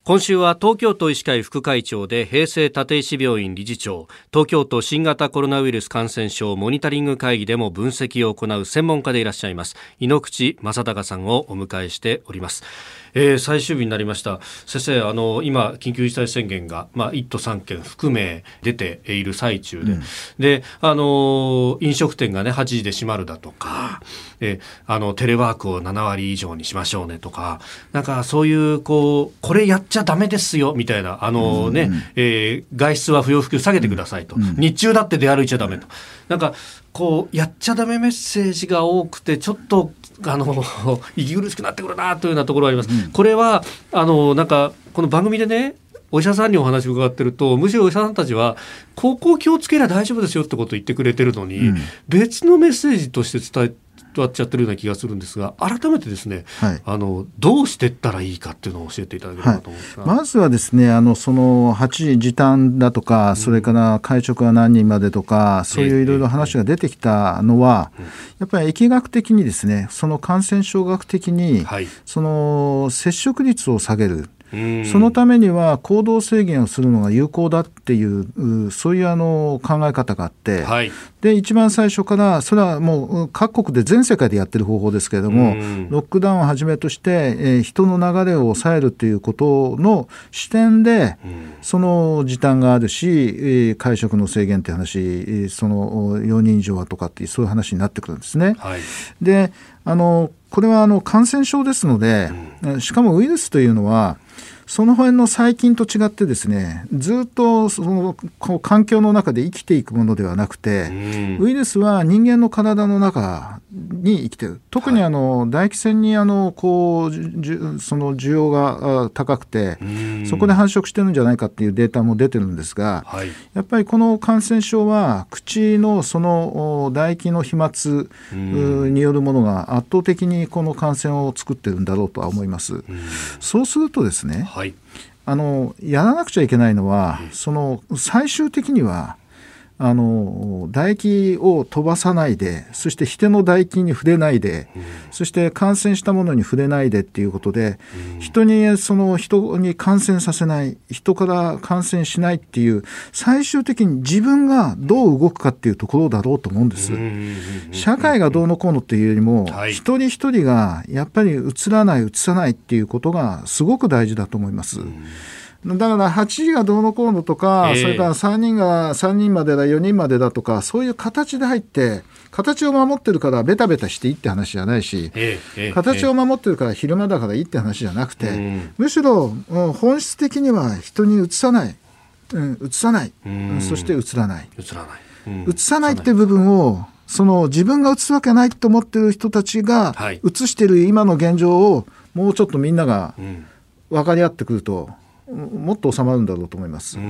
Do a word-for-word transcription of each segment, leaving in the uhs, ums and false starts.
今週は東京都医師会副会長で平成立石病院理事長、東京都新型コロナウイルス感染症モニタリング会議でも分析を行う専門家でいらっしゃいます井ノ口正孝さんをお迎えしております。えー、最終日になりました。先生、あの今緊急事態宣言が、まあ、いっ都さんけん含め出ている最中で、うん、であの飲食店が、ね、はちじで閉まるだとか、えあのテレワークをななわり以上にしましょうねとか、なんかそういうこうこれやっちゃダメですよみたいな、あの、ね、うんうんえー、外出は不要不急下げてくださいと、うん、日中だって出歩いちゃダメと、なんかこうやっちゃダメメッセージが多くてちょっとあの息苦しくなってくるなというようなところがあります、うん、これはあのなんかこの番組でねお医者さんにお話を伺ってると、むしろお医者さんたちはここ気をつければ大丈夫ですよってことを言ってくれてるのに、うん、別のメッセージとして伝えわっちゃってるような気がするんですが、改めてですね、はい、あのどうしていったらいいかっていうのを教えていただければと思うんですが、 はい、まずはですね、あのそのはちじ時短だとか、それから会食は何人までとか、うん、そういういろいろ話が出てきたのは、えーえー、やっぱり疫学的にですね、その感染症学的に、はい、その接触率を下げる、そのためには行動制限をするのが有効だっていうそういうあの考え方があって、はい、で一番最初からそれはもう各国で全世界でやってる方法ですけれども、ロックダウンをはじめとして、えー、人の流れを抑えるということの視点でその時短があるし、えー、会食の制限という話、そのよにん以上はとかっていうそういう話になってくるんですね、はい、であのこれはあの感染症ですので、うん、しかもウイルスというのはその辺の細菌と違ってですね、ずっとそのこう環境の中で生きていくものではなくて、うん、ウイルスは人間の体の中に生きている。特にあの、はい、唾液腺にあのこうその需要が高くて、うん、そこで繁殖してるんじゃないかっていうデータも出てるんですが、はい、やっぱりこの感染症は口のその唾液の飛沫によるものが圧倒的にこの感染を作ってるんだろうとは思います。うん、そうするとですね、はい、あのやらなくちゃいけないのは、その最終的にはあの唾液を飛ばさないで、そして人の唾液に触れないで、うん、そして感染したものに触れないでっていうことで、うん、人にその人に感染させない、人から感染しないっていう、最終的に自分がどう動くかっていうところだろうと思うんです。うん、社会がどうのこうのっていうよりも、はい、一人一人がやっぱりうつらない、うつさないっていうことがすごく大事だと思います。うん、だからはちじがどうのこうのとか、えー、それからさんにんがさんにんまでだよにんまでだとか、そういう形で入って形を守ってるからベタベタしていいって話じゃないし、えーえー、形を守ってるから昼間だからいいって話じゃなくて、うん、むしろ本質的には人にうつさない、うん、うつさない、うん、そしてうつらない、 うつらない、 うん、うつさないって部分をその自分がうつすわけないと思ってる人たちが、はい、うつしてる今の現状をもうちょっとみんなが分かり合ってくると、もっと収まるんだろうと思います。うんうん、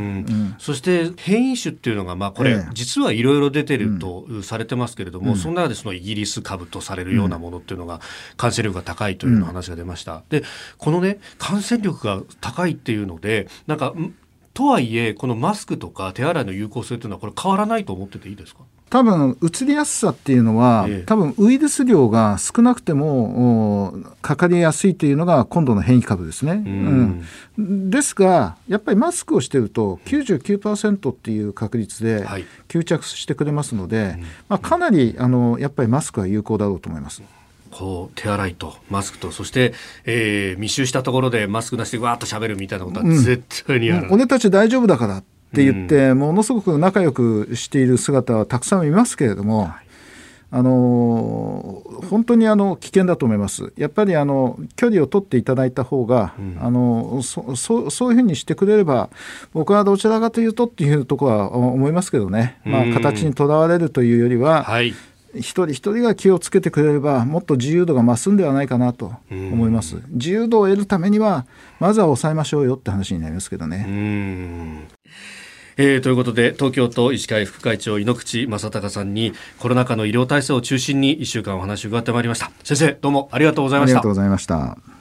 そして変異種っていうのが、まあ、これ、ええ、実はいろいろ出てるとされてますけれども、うん、その中でそのイギリス株とされるようなものっていうのが感染力が高いというような話が出ました。うん、でこのね感染力が高いっていうので、なんかとはいえこのマスクとか手洗いの有効性というのはこれ変わらないと思ってていいですか？ 多分移りやすさっていうのは、ええ、多分ウイルス量が少なくてもかかりやすいというのが今度の変異株ですね。うんうん、ですがやっぱりマスクをしていると きゅうじゅうきゅうパーセント っていう確率で吸着してくれますので、はい、まあ、かなりあのやっぱりマスクは有効だろうと思います。 こう手洗いとマスクと、そして、えー、密集したところでマスクなしでわーっと喋るみたいなことは絶対にやらない、 うん、俺たち大丈夫だからって言って、うん、ものすごく仲良くしている姿はたくさんいますけれども、はい、あの本当にあの危険だと思います。やっぱりあの距離を取っていただいた方が、うん、あの そ, そ, そういうふうにしてくれれば、僕はどちらかというとっていうところは思いますけどね、まあ、形にとらわれるというよりは、はい、一人一人が気をつけてくれればもっと自由度が増すんではないかなと思います。自由度を得るためにはまずは抑えましょうよって話になりますけどね。 うーん、えー、ということで東京都医師会副会長井ノ口正孝さんにコロナ禍の医療体制を中心にいっしゅうかんお話を伺ってまいりました。先生、どうもありがとうございました。 ありがとうございました。